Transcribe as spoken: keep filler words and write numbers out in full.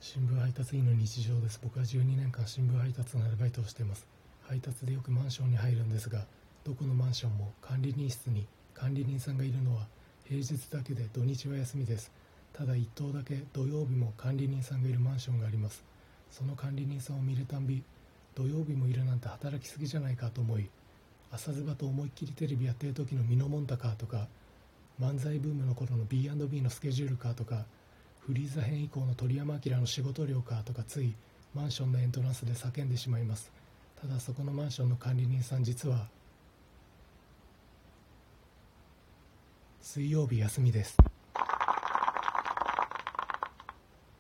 新聞配達員の日常です。僕はじゅうにねんかん新聞配達のアルバイトをしています。配達でよくマンションに入るんですが、どこのマンションも管理人室に管理人さんがいるのは平日だけで、土日は休みです。ただ一棟だけ土曜日も管理人さんがいるマンションがあります。その管理人さんを見るたんび、土曜日もいるなんて働きすぎじゃないかと思い、朝ズバと思いっきりテレビやってる時のミノモンタかとか、漫才ブームの頃の ビーアンドビー のスケジュールかとか、フリーザ編以降の鳥山明の仕事量かとか、ついマンションのエントランスで叫んでしまいます。ただそこのマンションの管理人さん、実は水曜日休みです。